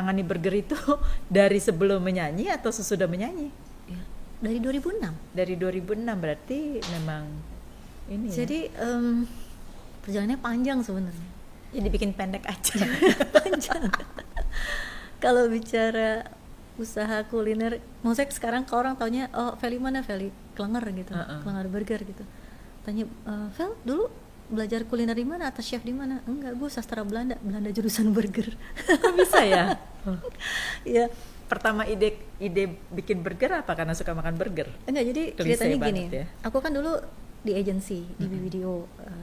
menangani burger itu dari sebelum menyanyi atau sesudah menyanyi? Ya, dari 2006. Dari 2006 berarti memang ini. Jadi perjalanannya panjang sebenarnya. Jadi bikin pendek aja. Panjang. Kalau bicara usaha kuliner, maksudnya sekarang kalau orang taunya, oh Feli mana Feli? Klenger gitu, Klenger Burger gitu. Tanya, Fel dulu belajar kuliner di mana? Atas chef di mana? Enggak, gue sastra Belanda jurusan burger. Kok bisa ya? Iya. Pertama ide bikin burger apa karena suka makan burger? Enggak, jadi Klise ceritanya banget gini. ya. Aku kan dulu di agency, di BBDO,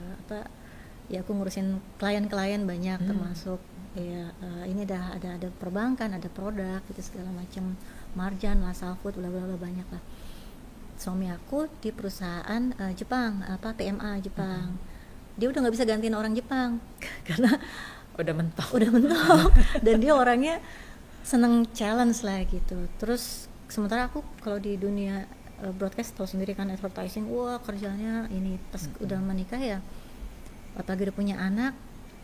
ya aku ngurusin klien-klien banyak, termasuk ya ini ada perbankan, ada produk gitu segala macam, marjan, lasa food, bla bla bla, banyak lah. Suami aku di perusahaan Jepang, TMA Jepang. Dia udah nggak bisa gantiin orang Jepang karena udah mentok dan dia orangnya seneng challenge lah gitu. Terus sementara aku kalau di dunia broadcast tahu sendiri kan, advertising, wah kerjanya ini. Pas udah menikah ya, apalagi udah punya anak,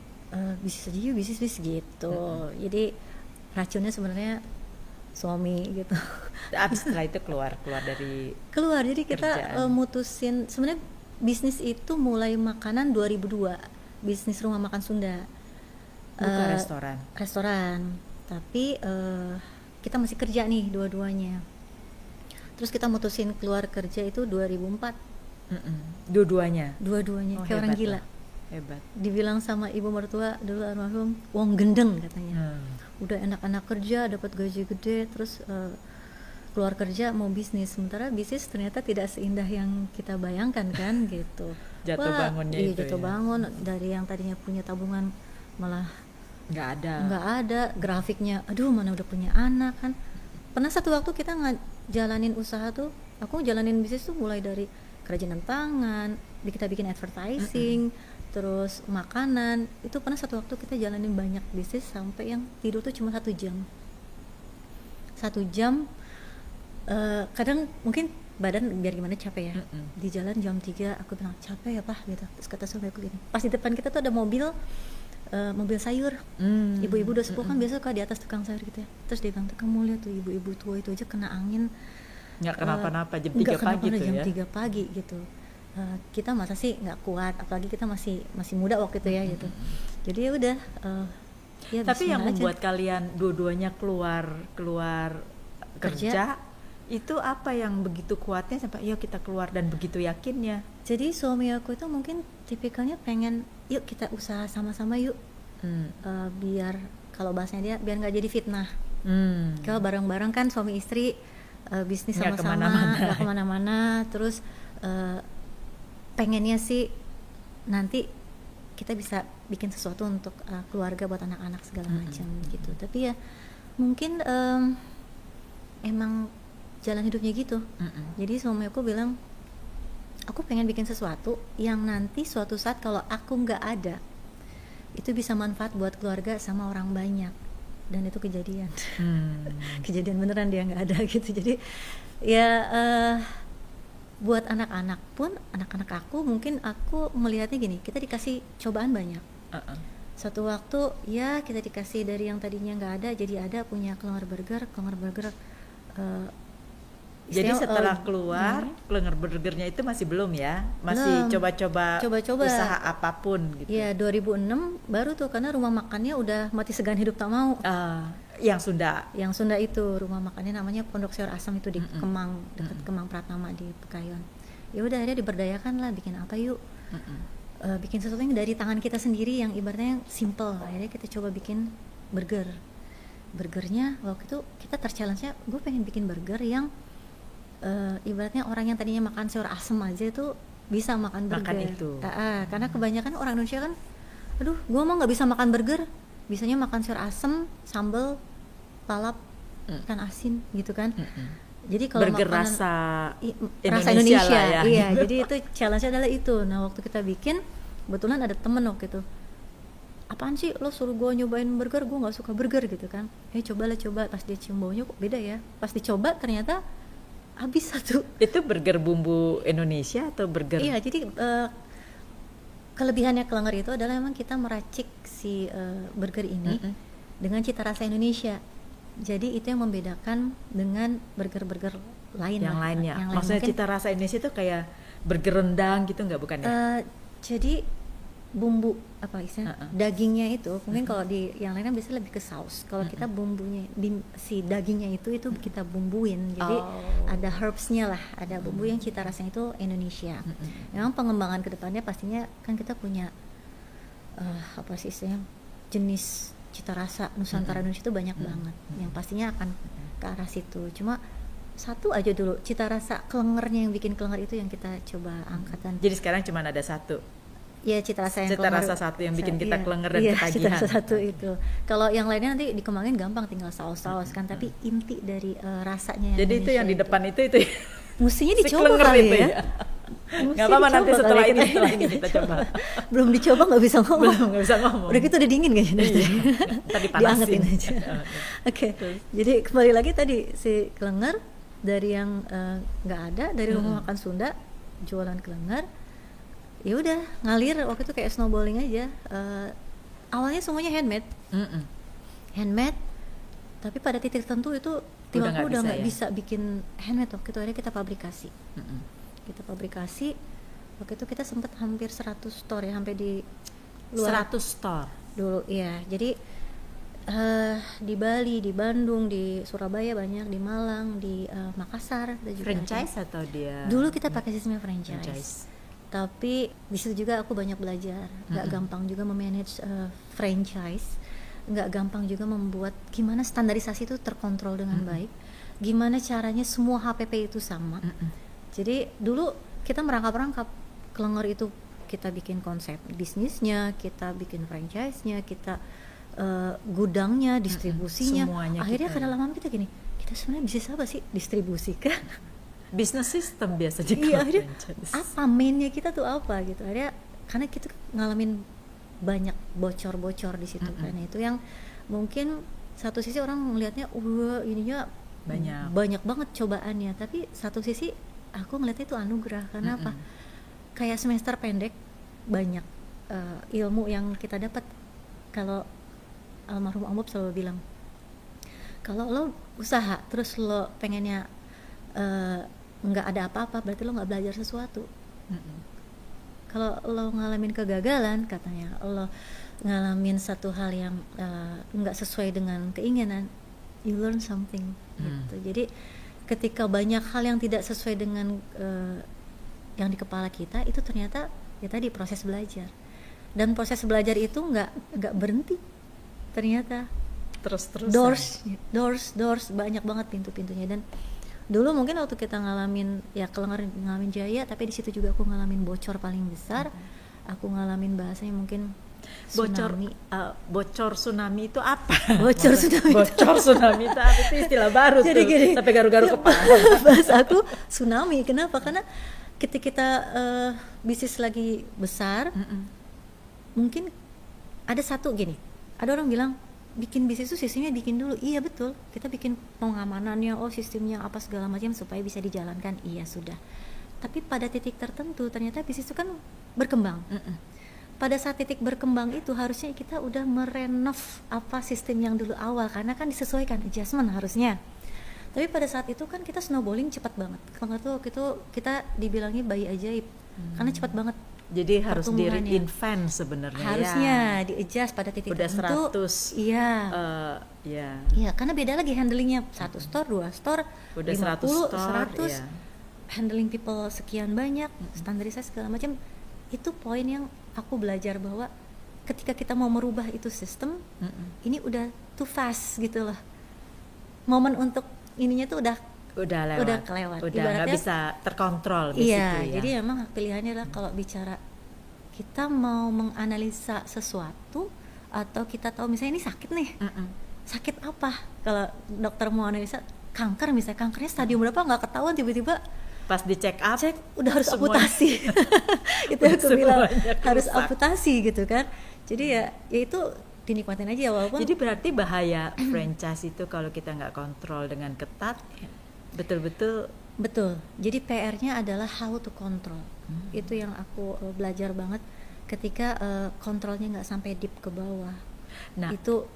bisnis gitu. Jadi racunnya sebenarnya suami gitu. Abis setelah itu keluar Jadi kita mutusin sebenarnya bisnis itu mulai makanan 2002, bisnis rumah makan Sunda. Bukan restoran. Tapi kita masih kerja nih dua-duanya. Terus kita mutusin keluar kerja itu 2004. Dua-duanya Kayak orang gila. Hebat. Dibilang sama ibu mertua dulu almarhum, wong gendeng katanya. Udah enak-enak kerja, dapat gaji gede, terus keluar kerja mau bisnis. Sementara bisnis ternyata tidak seindah yang kita bayangkan kan gitu. Jatuh bangunnya iya, itu jatuh ya. bangun dari yang tadinya punya tabungan malah nggak ada, grafiknya aduh mana udah punya anak kan. Pernah satu waktu kita jalanin usaha tuh, aku jalanin bisnis tuh mulai dari kerajinan tangan, kita bikin advertising, terus makanan. Itu pernah satu waktu kita jalanin banyak bisnis sampai yang tidur tuh cuma 1 jam. Kadang mungkin badan biar gimana capek ya. Di jalan jam 3 aku bilang capek ya Pak gitu. Terus kata suami aku gini, pas di depan kita tuh ada mobil sayur, ibu-ibu udah sepuh kan biasa suka di atas tukang sayur gitu ya. Terus dia bilang, kamu lihat tuh ibu-ibu tua itu aja kena angin nggak kenapa-napa jam 3 pagi tuh jam ya. 3 pagi gitu. Kita masa sih nggak kuat, apalagi kita masih muda waktu itu ya gitu. Jadi ya udah. Ya tapi yang membuat aja. kalian dua-duanya keluar kerja itu apa yang begitu kuatnya sampai yuk kita keluar dan begitu yakinnya? Jadi suami aku itu mungkin tipikalnya pengen yuk kita usaha sama-sama yuk, biar kalau bahasanya dia biar nggak jadi fitnah. Kalau bareng-bareng kan suami istri bisnis sama-sama nggak kemana-mana, terus pengennya sih nanti kita bisa bikin sesuatu untuk keluarga buat anak-anak segala macam gitu. Tapi ya mungkin emang jalan hidupnya gitu. Jadi suami aku bilang, aku pengen bikin sesuatu yang nanti suatu saat kalau aku nggak ada, itu bisa manfaat buat keluarga sama orang banyak. Dan itu kejadian. Kejadian beneran dia nggak ada gitu. Jadi ya buat anak-anak pun, anak-anak aku mungkin aku melihatnya gini, kita dikasih cobaan banyak. Suatu waktu ya kita dikasih dari yang tadinya nggak ada jadi ada, punya Klenger Burger. Jadi setelah keluar, Klenger Burgernya itu masih belum ya? Masih coba-coba usaha apapun gitu? Iya, 2006 baru tuh, karena rumah makannya udah mati segan hidup tak mau. Yang Sunda? Yang Sunda itu, rumah makannya namanya Pondok Sayur Asam itu di Kemang, dekat Kemang Pratama di Pekayon. Ya udah akhirnya diberdayakan lah, bikin apa yuk? Bikin sesuatu yang dari tangan kita sendiri yang ibaratnya simple. Akhirnya kita coba bikin burgernya waktu itu kita terchallenge-nya, gue pengen bikin burger yang ibaratnya orang yang tadinya makan sayur asem aja itu bisa makan burger. Itu. Karena kebanyakan orang Indonesia kan, aduh gue mah nggak bisa makan burger, bisanya makan sayur asem, sambal, lalap, ikan asin gitu kan. Jadi kalau burger makanan rasa Indonesia lah ya. Iya, jadi itu challenge-nya adalah itu. Nah waktu kita bikin, kebetulan ada temen waktu itu, apaan sih lo suruh gue nyobain burger, gue nggak suka burger gitu kan. Coba. Pas dia cium baunya kok beda ya. Pas dicoba ternyata habis satu. Itu burger bumbu Indonesia atau burger? Iya, jadi kelebihannya Klenger itu adalah memang kita meracik si burger ini dengan cita rasa Indonesia. Jadi itu yang membedakan dengan burger-burger lain yang lah. lainnya. Yang Maksudnya lain cita rasa Indonesia itu kayak burger rendang gitu nggak, bukan ya? Jadi bumbu apa istilahnya dagingnya itu mungkin kalau di yang lainnya biasanya lebih ke saus. Kalau kita bumbunya si dagingnya itu kita bumbuin. Jadi ada herbsnya lah, ada bumbu yang cita rasanya itu Indonesia. Memang pengembangan kedepannya pastinya kan kita punya apa sih istilahnya jenis cita rasa Nusantara Indonesia itu banyak banget yang pastinya akan ke arah situ. Cuma satu aja dulu cita rasa kelengernya, yang bikin kelenger itu yang kita coba angkatan. Jadi sekarang cuma ada satu. Iya, cita rasa yang cita rasa satu yang bikin kita kelenger dan ketagihan. Cita rasa satu itu. Kalau yang lainnya nanti dikembangin gampang, tinggal saus-saus kan. Tapi inti dari rasanya. Jadi itu yang di depan itu. Mestinya dicoba kali ya. Nggak apa-apa, nanti setelah ini kita coba. Belum dicoba nggak bisa ngomong. Nggak bisa ngomong. Udah gitu udah dingin kayaknya. Tadi panasin aja. Oke. Jadi kembali lagi tadi si kelenger dari yang nggak ada, dari rumah makan Sunda jualan kelenger. Ya udah ngalir waktu itu kayak snowballing aja. Awalnya semuanya handmade, tapi pada titik tertentu itu tim aku udah nggak bisa bikin handmade. Waktu itu akhirnya kita pabrikasi. Waktu itu kita sempat hampir 100 store ya, sampai di luar 100 store dulu ya. Jadi di Bali, di Bandung, di Surabaya banyak, di Malang, di Makassar dan juga franchise atau dia dulu kita pakai sistemnya franchise. Tapi di situ juga aku banyak belajar. Nggak gampang juga memanage franchise, nggak gampang juga membuat gimana standarisasi itu terkontrol dengan baik, gimana caranya semua HPP itu sama. Jadi dulu kita merangkap kelenger itu, kita bikin konsep bisnisnya, kita bikin franchise-nya, kita gudangnya, distribusinya. Akhirnya karena lama kita gini, kita sebenarnya bisnis apa sih? Distribusi kah? Business system biasa juga. Iya, akhirnya apa mainnya kita tuh apa gitu. Akhirnya karena kita ngalamin banyak bocor-bocor di situ. Karena itu yang mungkin satu sisi orang melihatnya ininya banyak banget cobaannya, tapi satu sisi aku ngeliatnya itu anugerah. Karena apa? Kayak semester pendek banyak ilmu yang kita dapat. Kalau almarhum Om Bob selalu bilang, kalau lo usaha terus lo pengennya nggak ada apa-apa, berarti lo nggak belajar sesuatu. Kalau lo ngalamin kegagalan, katanya lo ngalamin satu hal yang nggak sesuai dengan keinginan, you learn something gitu. Jadi ketika banyak hal yang tidak sesuai dengan yang di kepala kita, itu ternyata ya tadi proses belajar. Dan proses belajar itu nggak berhenti ternyata, terus doors banyak banget pintu-pintunya. Dan dulu mungkin waktu kita ngalamin ya kelenger, ngalamin jaya, tapi di situ juga aku ngalamin bocor paling besar. Aku ngalamin bahasanya mungkin tsunami. Bocor tsunami itu apa? Bocor tsunami itu apa? Itu istilah baru. Jadi tuh gini, sampai garu-garu kepala. Bahasa aku tsunami. Kenapa? Karena ketika kita bisnis lagi besar, mungkin ada satu gini, ada orang bilang bikin bisnis itu sistemnya bikin dulu. Iya betul, kita bikin pengamanannya, sistemnya apa segala macam supaya bisa dijalankan. Iya sudah. Tapi pada titik tertentu ternyata bisnis itu kan berkembang. Pada saat titik berkembang itu harusnya kita udah merenov apa sistem yang dulu awal, karena kan disesuaikan, adjustment harusnya. Tapi pada saat itu kan kita snowballing cepat banget. Kalau nggak tuh waktu itu kita dibilangnya bayi ajaib, karena cepat banget. Jadi harus di reinvent sebenarnya. Harusnya di-adjust pada titik tertentu. Udah 100. Iya. Iya, karena beda lagi handlingnya. 1 store, 2 store, udah 50, 100. Handling people sekian banyak, standarisasi segala macam. Itu poin yang aku belajar bahwa ketika kita mau merubah itu sistem, ini udah too fast gitu loh. Momen untuk ininya tuh udah kelewat. Udah nggak bisa terkontrol di situ ya. Jadi memang pilihannya adalah kalau bicara kita mau menganalisa sesuatu, atau kita tahu misalnya ini sakit nih, sakit apa? Kalau dokter mau analisa kanker misalnya, kankernya stadium berapa nggak ketahuan, tiba-tiba pas di check udah harus amputasi. Itu aku bilang harus amputasi gitu kan. Jadi ya itu dinikmatin aja walaupun. Jadi berarti bahaya franchise itu kalau kita nggak kontrol dengan ketat. Betul. Jadi PR-nya adalah how to control. Itu yang aku belajar banget ketika kontrolnya nggak sampai deep ke bawah. Nah, itu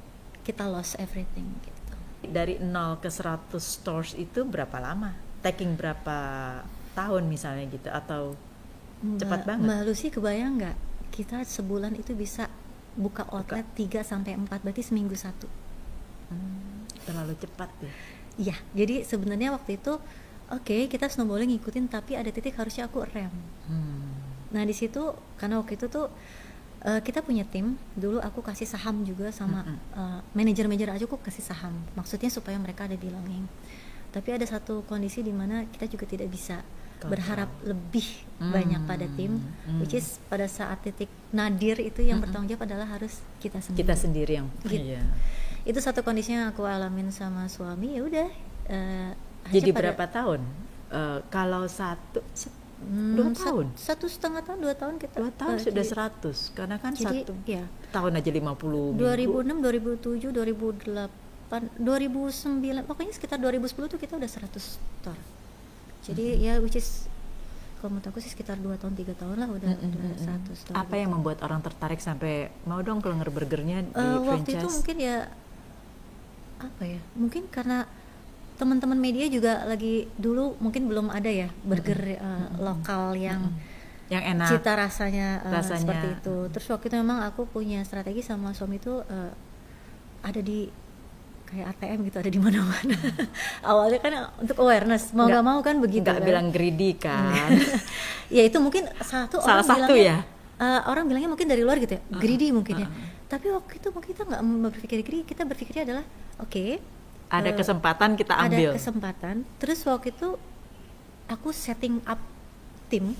kita lost everything gitu. Dari 0 ke 100 stores itu berapa lama? Taking berapa tahun misalnya gitu, atau cepat banget? Mbak Lucy kebayang nggak, kita sebulan itu bisa buka outlet 3-4, berarti seminggu 1. Terlalu cepat ya? Iya, jadi sebenarnya waktu itu oke, kita snowballing ngikutin, tapi ada titik harusnya aku rem. Nah di situ karena waktu itu tuh kita punya tim, dulu aku kasih saham juga sama manajer-manajer aja, aku kasih saham, maksudnya supaya mereka ada di Longing. Tapi ada satu kondisi di mana kita juga tidak bisa berharap lebih banyak pada tim, which is pada saat titik nadir itu yang bertanggung jawab adalah harus kita sendiri. Kita sendiri yang gitu. Itu satu kondisi yang aku alamin sama suami. Ya udah. Jadi berapa tahun? Kalau 2 tahun? 1,5 tahun, 2 tahun kita. 2 tahun sudah 100, karena kan jadi, 1 tahun aja 50 2006, 2007, 2008, 2009, pokoknya sekitar 2010 tuh kita udah 100 store. Jadi ya which is kalau menurut aku sih sekitar 2 tahun 3 tahun lah udah 100 store. Apa yang membuat orang tertarik sampai mau dong Klenger Burgernya di franchise? Waktu itu mungkin ya apa ya? Mungkin karena teman-teman media juga lagi dulu mungkin belum ada ya burger lokal yang enak, cita rasanya seperti itu. Terus waktu itu memang aku punya strategi sama suami itu ada di kayak ATM gitu, ada di mana-mana. Awalnya kan untuk awareness, mau nggak mau kan begitu. Nggak kan? Bilang greedy kan? Ya itu mungkin salah satu ya. Orang bilangnya mungkin dari luar gitu ya, greedy mungkin ya. Tapi waktu itu mungkin kita nggak berpikir greedy, kita berpikirnya adalah oke, ada kesempatan kita ambil. Ada kesempatan. Terus waktu itu aku setting up tim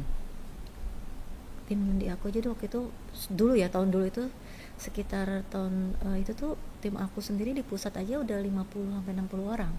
di aku. Jadi waktu itu dulu ya, tahun dulu itu sekitar tahun itu tuh tim aku sendiri di pusat aja udah 50-60 orang.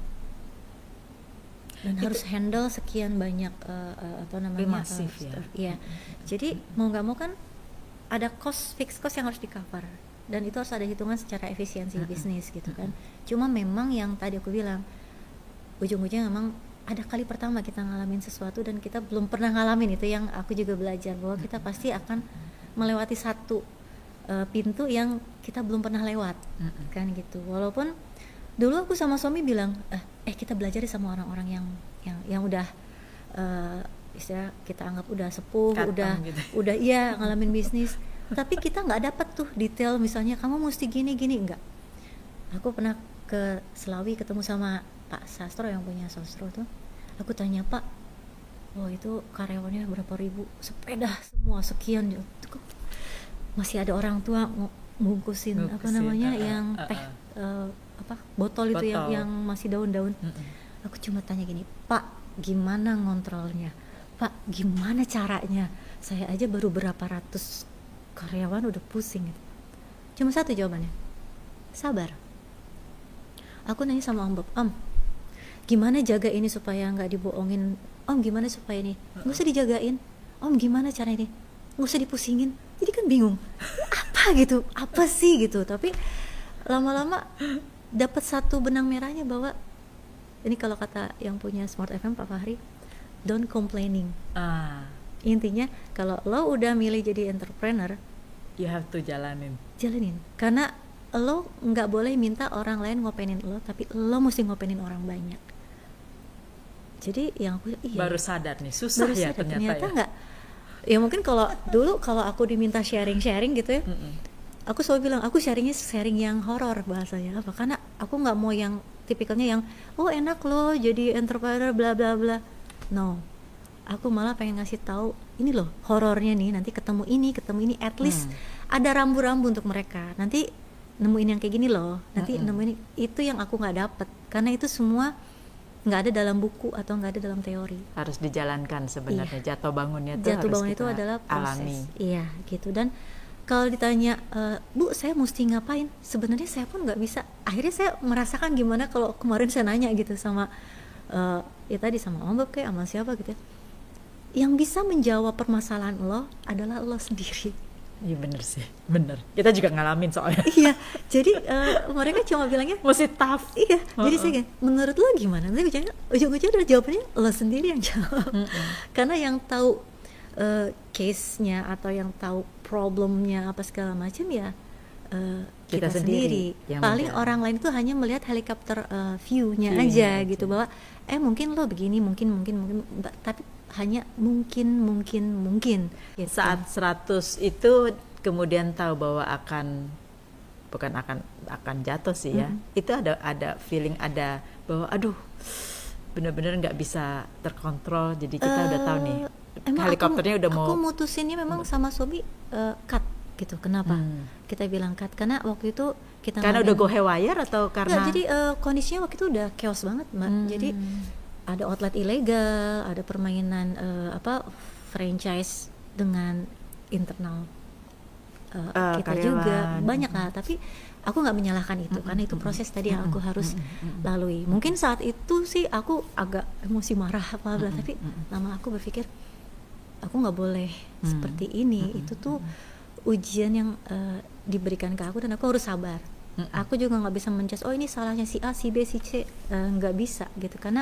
Dan itu harus handle sekian banyak masif ya. Iya. Jadi mau nggak mau kan ada fixed cost yang harus di cover, dan itu harus ada hitungan secara efisiensi bisnis gitu kan. Cuma memang yang tadi aku bilang, ujung-ujungnya memang ada kali pertama kita ngalamin sesuatu dan kita belum pernah ngalamin. Itu yang aku juga belajar, bahwa kita pasti akan melewati satu pintu yang kita belum pernah lewat kan gitu. Walaupun dulu aku sama suami bilang kita belajar sama orang-orang yang udah istilah kita anggap udah sepuh, udah iya ngalamin bisnis. Tapi kita nggak dapat tuh detail, misalnya kamu mesti gini enggak. Aku pernah ke Selawi ketemu sama Pak Sastro yang punya Sastro tuh. Aku tanya, Pak, itu karyawannya berapa ribu, sepeda semua sekian, masih ada orang tua bungkusin apa namanya yang teh botol itu yang masih daun-daun. Aku cuma tanya gini, Pak, gimana ngontrolnya? Pak, gimana caranya? Saya aja baru berapa ratus karyawan udah pusing gitu. Cuma satu jawabannya, sabar. Aku nanya sama Om Bob, Om, gimana jaga ini supaya nggak dibohongin? Om, gimana supaya ini nggak usah dijagain? Om, gimana cara ini nggak usah dipusingin? Jadi kan bingung, apa sih gitu. Tapi lama-lama dapat satu benang merahnya, bahwa ini kalau kata yang punya Smart FM Pak Fahri, don't complaining. Intinya kalau lo udah milih jadi entrepreneur, you have to jalanin. Karena lo nggak boleh minta orang lain ngopenin lo, tapi lo mesti ngopenin orang banyak. Jadi yang aku baru sadar nih, susah ya ternyata ya. Nggak, ya mungkin kalau dulu kalau aku diminta sharing gitu ya, aku selalu bilang aku sharing yang horor bahasanya. Apa? Karena aku nggak mau yang tipikalnya yang enak lo jadi entrepreneur bla bla bla. No, aku malah pengen ngasih tahu ini loh horornya nih, nanti ketemu ini at least ada rambu-rambu untuk mereka. Nanti nemuin yang kayak gini loh, nanti nemuin itu yang aku nggak dapet, karena itu semua nggak ada dalam buku atau nggak ada dalam teori. Harus dijalankan sebenarnya. Jatuh bangunnya itu adalah proses. Alami. Iya gitu. Dan kalau ditanya, Bu, saya mesti ngapain? Sebenarnya saya pun nggak bisa. Akhirnya saya merasakan gimana kalau kemarin saya nanya gitu sama tadi sama Om Bob kayak sama siapa gitu ya. Yang bisa menjawab permasalahan lo adalah lo sendiri. Iya bener sih, bener. Kita juga ngalamin soalnya. Iya, jadi mereka cuma bilangnya mesti tough. Iya, jadi saya kayak, menurut lo gimana? Nanti ujung-ujungnya adalah jawabannya lo sendiri yang jawab. Karena yang tahu case-nya atau yang tahu problemnya apa segala macam ya kita sendiri. Paling orang lain itu hanya melihat helikopter view-nya aja gitu, bahwa mungkin lo begini, mungkin tapi hanya mungkin gitu. Saat 100 itu kemudian tahu bahwa bukan akan jatuh sih ya. Itu ada feeling, ada bahwa aduh benar-benar nggak bisa terkontrol, jadi kita udah tahu nih helikopternya udah mau. Aku mutusinnya memang sama Sobi cut gitu. Kenapa kita bilang cut? Karena waktu itu kita karena udah go haywire atau karena jadi kondisinya waktu itu udah chaos banget, Mbak. Jadi ada outlet ilegal, ada permainan franchise dengan internal kita karyawan juga banyak lah. Tapi aku nggak menyalahkan itu karena itu proses tadi yang aku harus lalui. Mungkin saat itu sih aku agak emosi marah tapi lama aku berpikir aku nggak boleh seperti ini. Itu tuh ujian yang diberikan ke aku dan aku harus sabar. Aku juga nggak bisa menjudge ini salahnya si A, si B, si C, nggak bisa gitu. Karena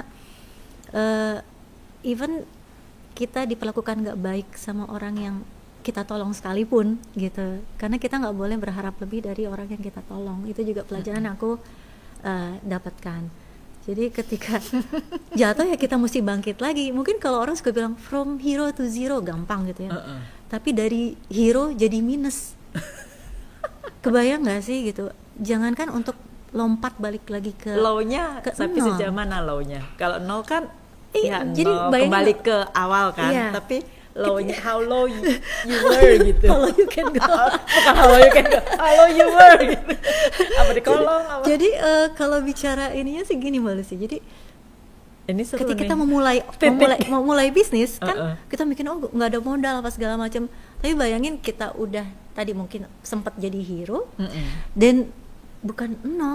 even kita diperlakukan nggak baik sama orang yang kita tolong sekalipun gitu, karena kita nggak boleh berharap lebih dari orang yang kita tolong. Itu juga pelajaran yang aku dapatkan. Jadi ketika jatuh ya kita mesti bangkit lagi. Mungkin kalau orang suka bilang from hero to zero gampang gitu ya, tapi dari hero jadi minus. Kebayang nggak sih gitu? Jangankan untuk lompat balik lagi ke low-nya, tapi sejauh mana low-nya? Kalau nol kan ya jadi kembali ke awal kan, tapi low-nya, how low you were gitu. How low you can go. Bukan how low you can go, how low you were gitu. Apa di kolong apa? Jadi kalau bicara ininya sih gini Mbak Lucy. Jadi ini ketika kita mau mulai bisnis kan kita mikir nggak ada modal apa segala macam. Tapi bayangin kita udah tadi mungkin sempat jadi hero dan bukan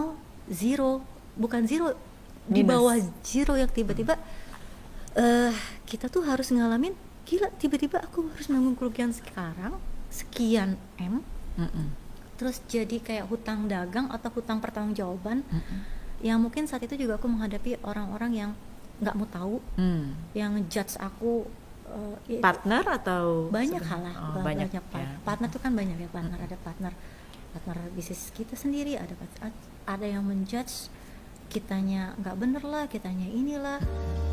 bukan zero di bawah zero yang tiba-tiba kita tuh harus ngalamin gila, tiba-tiba aku harus nanggung kerugian sekian M, terus jadi kayak hutang dagang atau hutang pertanggungjawaban, yang mungkin saat itu juga aku menghadapi orang-orang yang nggak mau tahu, yang judge aku. Partner atau banyak hal lah, banyak ya. Partner tuh kan banyak ya, ada partner bisnis kita sendiri, ada yang menjudge kitanya nggak bener lah, kitanya inilah.